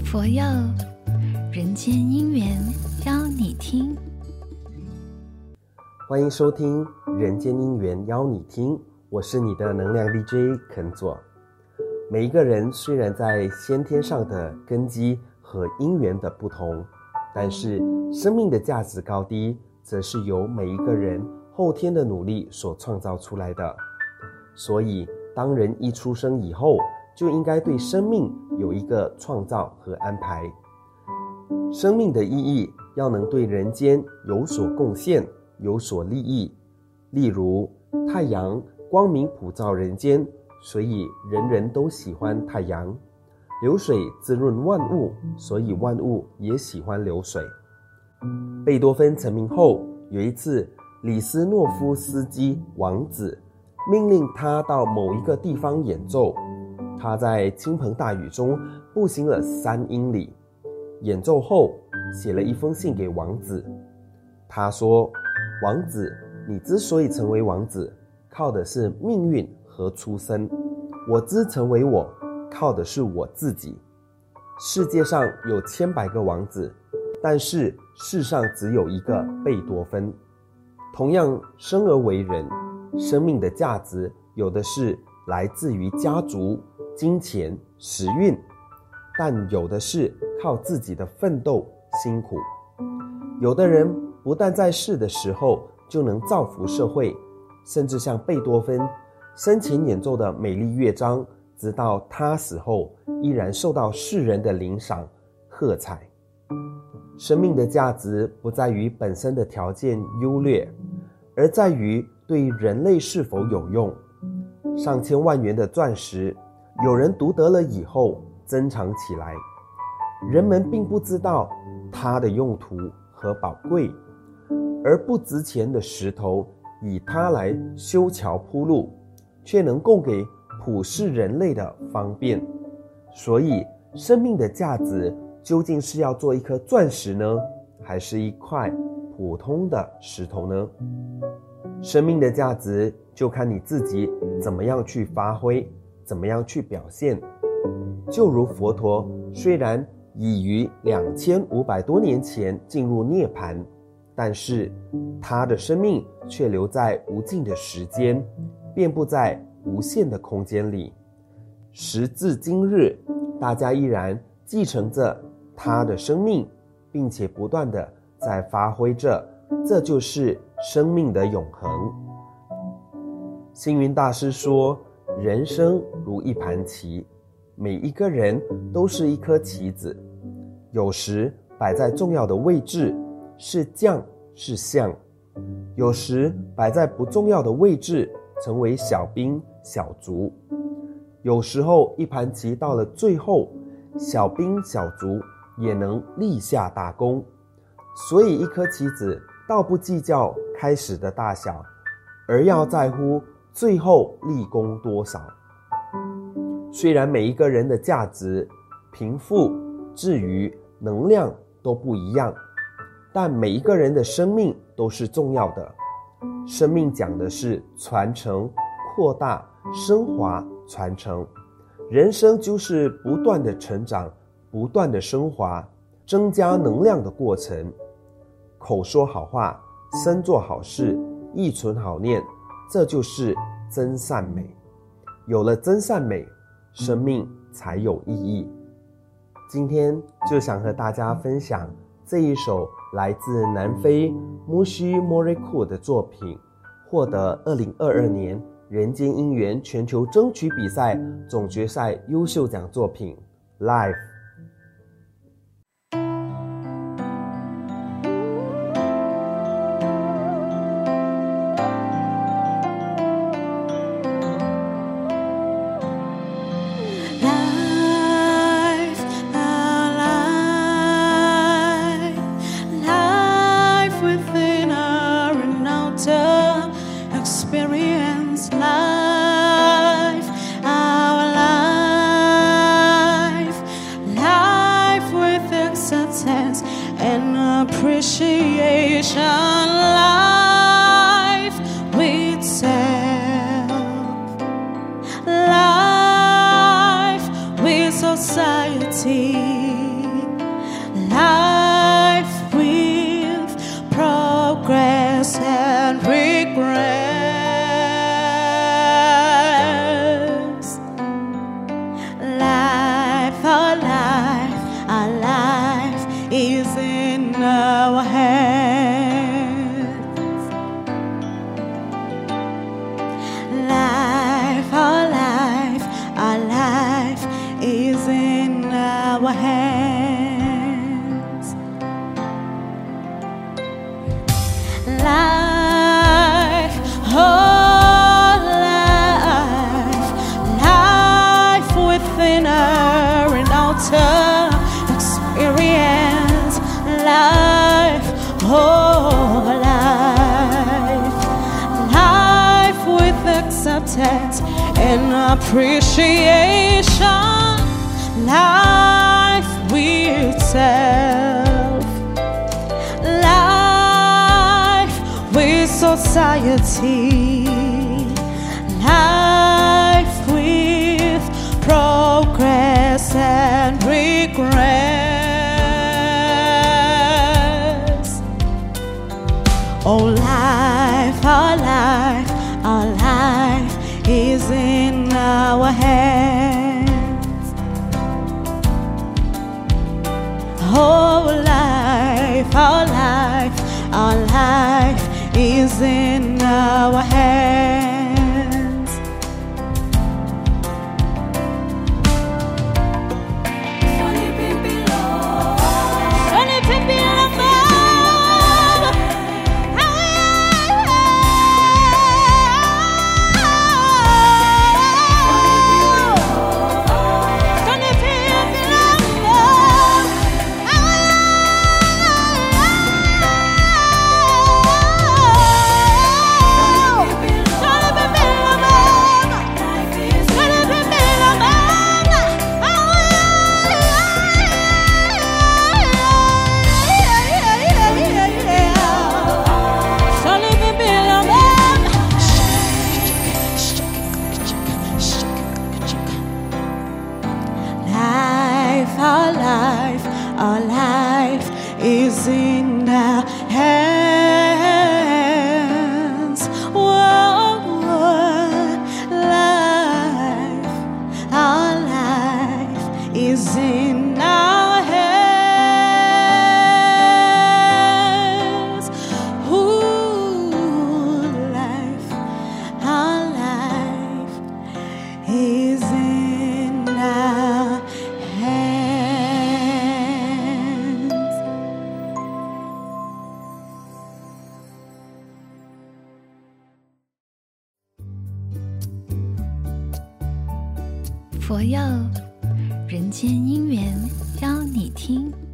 佛佑，人间姻缘邀你听。 欢迎收听人间姻缘邀你听，我是你的能量 DJ 肯佐。每一个人虽然在先天上的根基和因缘的不同，但是生命的价值高低则是由每一个人后天的努力所创造出来的。所以当人一出生以后，就应该对生命有一个创造和安排。生命的意义要能对人间有所贡献，有所利益。例如太阳光明普照人间，所以人人都喜欢太阳。流水滋润万物，所以万物也喜欢流水。贝多芬成名后，有一次李斯诺夫斯基王子命令他到某一个地方演奏，他在倾盆大雨中步行了3英里，演奏后写了一封信给王子。他说，王子，你之所以成为王子，靠的是命运和出身，我之成为我，靠的是我自己。世界上有千百个王子，但是世上只有一个贝多芬。同样，生而为人，生命的价值有的是来自于家族、金钱、时运，但有的是靠自己的奋斗、辛苦。有的人不但在世的时候就能造福社会，甚至像贝多芬生前演奏的美丽乐章，直到他死后依然受到世人的领赏、喝彩。生命的价值不在于本身的条件优劣，而在于对人类是否有用。上千万元的钻石，有人独得了以后珍藏起来，人们并不知道它的用途和宝贵，而不值钱的石头以它来修桥铺路，却能供给普世人类的方便。所以生命的价值究竟是要做一颗钻石呢，还是一块普通的石头呢？生命的价值就看你自己怎么样去发挥，怎么样去表现。就如佛陀虽然已于2500多年前进入涅槃，但是他的生命却留在无尽的时间，遍布在无限的空间里。时至今日，大家依然继承着他的生命，并且不断地在发挥着，这就是生命的永恒。星云大师说，人生如一盘棋，每一个人都是一颗棋子，有时摆在重要的位置，是将是相；有时摆在不重要的位置，成为小兵小卒。有时候一盘棋到了最后，小兵小卒也能立下大功。所以一颗棋子倒不计较开始的大小，而要在乎最后立功多少。虽然每一个人的价值、贫富、智愚、能量都不一样，但每一个人的生命都是重要的。生命讲的是传承、扩大、升华、传承。人生就是不断的成长，不断的升华，增加能量的过程。口说好话，身做好事，意存好念，这就是真善美。有了真善美，生命才有意义。今天就想和大家分享这一首来自南非 Mushi Moriku 的作品，获得2022年人间姻缘全球争取比赛总决赛优秀奖作品 Life。 Experience life, our life, life with acceptance and appreciation, life with self, life with society. to experience life, oh life, life with acceptance and appreciation, life with self, life with society, life with progress and regress. Oh life, our life, our life is in our hands. Oh life, our life, our life is in our hands. Our life is in our hands. Whoa, life, our life is in our hands. Ooh, life, our life is in our hands. 佛佑人间姻缘邀你听。